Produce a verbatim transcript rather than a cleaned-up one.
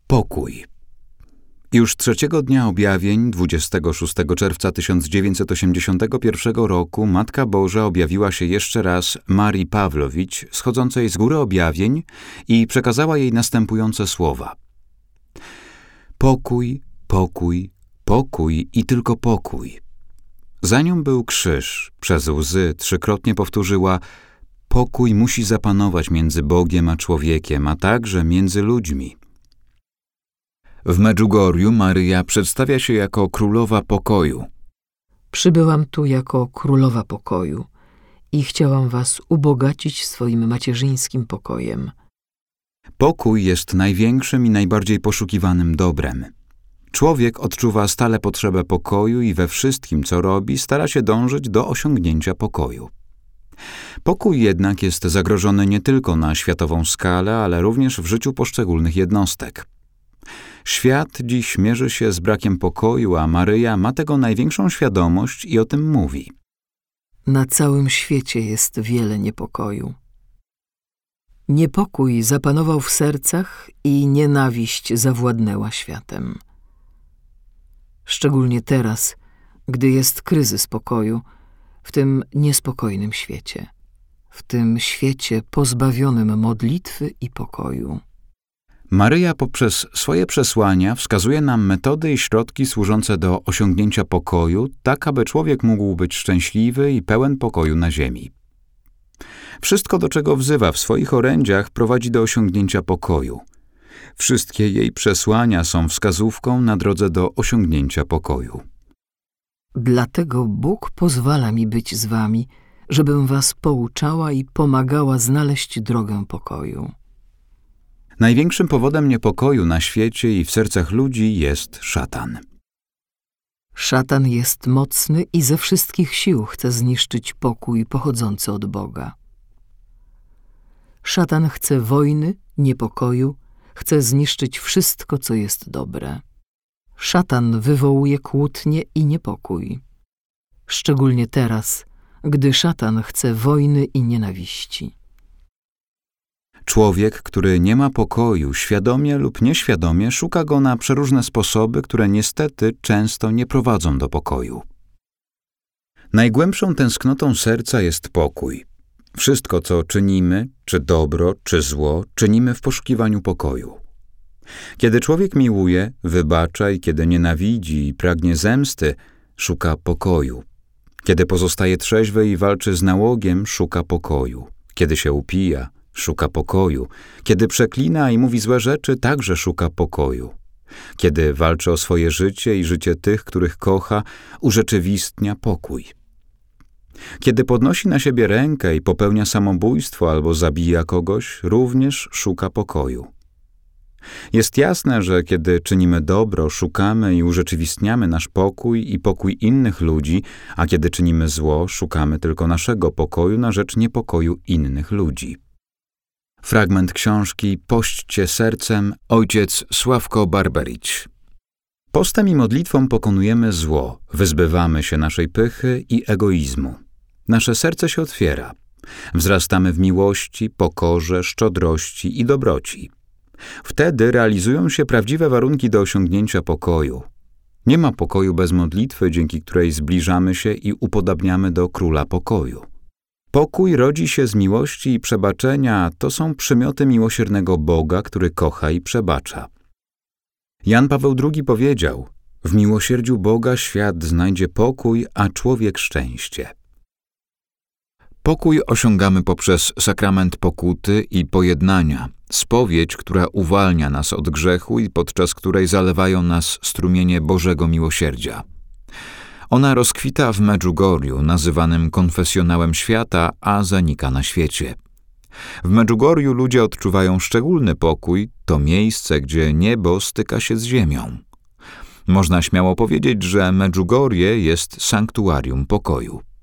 Pokój. Już trzeciego dnia objawień, dwudziestego szóstego czerwca tysiąc dziewięćset osiemdziesiątego pierwszego roku, Matka Boża objawiła się jeszcze raz Marii Pawlowicz, schodzącej z góry objawień, i przekazała jej następujące słowa. Pokój, pokój, pokój i tylko pokój. Za nią był krzyż, przez łzy trzykrotnie powtórzyła: pokój musi zapanować między Bogiem a człowiekiem, a także między ludźmi. W Medjugorju Maryja przedstawia się jako królowa pokoju. Przybyłam tu jako królowa pokoju i chciałam was ubogacić swoim macierzyńskim pokojem. Pokój jest największym i najbardziej poszukiwanym dobrem. Człowiek odczuwa stale potrzebę pokoju i we wszystkim, co robi, stara się dążyć do osiągnięcia pokoju. Pokój jednak jest zagrożony nie tylko na światową skalę, ale również w życiu poszczególnych jednostek. Świat dziś mierzy się z brakiem pokoju, a Maryja ma tego największą świadomość i o tym mówi. Na całym świecie jest wiele niepokoju. Niepokój zapanował w sercach i nienawiść zawładnęła światem. Szczególnie teraz, gdy jest kryzys pokoju, w tym niespokojnym świecie, w tym świecie pozbawionym modlitwy i pokoju. Maryja poprzez swoje przesłania wskazuje nam metody i środki służące do osiągnięcia pokoju, tak aby człowiek mógł być szczęśliwy i pełen pokoju na ziemi. Wszystko, do czego wzywa w swoich orędziach, prowadzi do osiągnięcia pokoju. Wszystkie jej przesłania są wskazówką na drodze do osiągnięcia pokoju. Dlatego Bóg pozwala mi być z wami, żebym was pouczała i pomagała znaleźć drogę pokoju. Największym powodem niepokoju na świecie i w sercach ludzi jest szatan. Szatan jest mocny i ze wszystkich sił chce zniszczyć pokój pochodzący od Boga. Szatan chce wojny, niepokoju, chce zniszczyć wszystko, co jest dobre. Szatan wywołuje kłótnie i niepokój. Szczególnie teraz, gdy szatan chce wojny i nienawiści. Człowiek, który nie ma pokoju, świadomie lub nieświadomie szuka go na przeróżne sposoby, które niestety często nie prowadzą do pokoju. Najgłębszą tęsknotą serca jest pokój. Wszystko, co czynimy, czy dobro, czy zło, czynimy w poszukiwaniu pokoju. Kiedy człowiek miłuje, wybacza i kiedy nienawidzi i pragnie zemsty, szuka pokoju. Kiedy pozostaje trzeźwy i walczy z nałogiem, szuka pokoju. Kiedy się upija, szuka pokoju. Kiedy przeklina i mówi złe rzeczy, także szuka pokoju. Kiedy walczy o swoje życie i życie tych, których kocha, urzeczywistnia pokój. Kiedy podnosi na siebie rękę i popełnia samobójstwo albo zabija kogoś, również szuka pokoju. Jest jasne, że kiedy czynimy dobro, szukamy i urzeczywistniamy nasz pokój i pokój innych ludzi, a kiedy czynimy zło, szukamy tylko naszego pokoju na rzecz niepokoju innych ludzi. Fragment książki Pośćcie sercem, ojciec Sławko Barbericz. Postem i modlitwą pokonujemy zło, wyzbywamy się naszej pychy i egoizmu. Nasze serce się otwiera. Wzrastamy w miłości, pokorze, szczodrości i dobroci. Wtedy realizują się prawdziwe warunki do osiągnięcia pokoju. Nie ma pokoju bez modlitwy, dzięki której zbliżamy się i upodabniamy do Króla Pokoju. Pokój rodzi się z miłości i przebaczenia, a to są przymioty miłosiernego Boga, który kocha i przebacza. Jan Paweł drugi powiedział: w miłosierdziu Boga świat znajdzie pokój, a człowiek szczęście. Pokój osiągamy poprzez sakrament pokuty i pojednania, spowiedź, która uwalnia nas od grzechu i podczas której zalewają nas strumienie Bożego miłosierdzia. Ona rozkwita w Medjugorju, nazywanym konfesjonałem świata, a zanika na świecie. W Medjugorju ludzie odczuwają szczególny pokój, to miejsce, gdzie niebo styka się z ziemią. Można śmiało powiedzieć, że Medjugorje jest sanktuarium pokoju.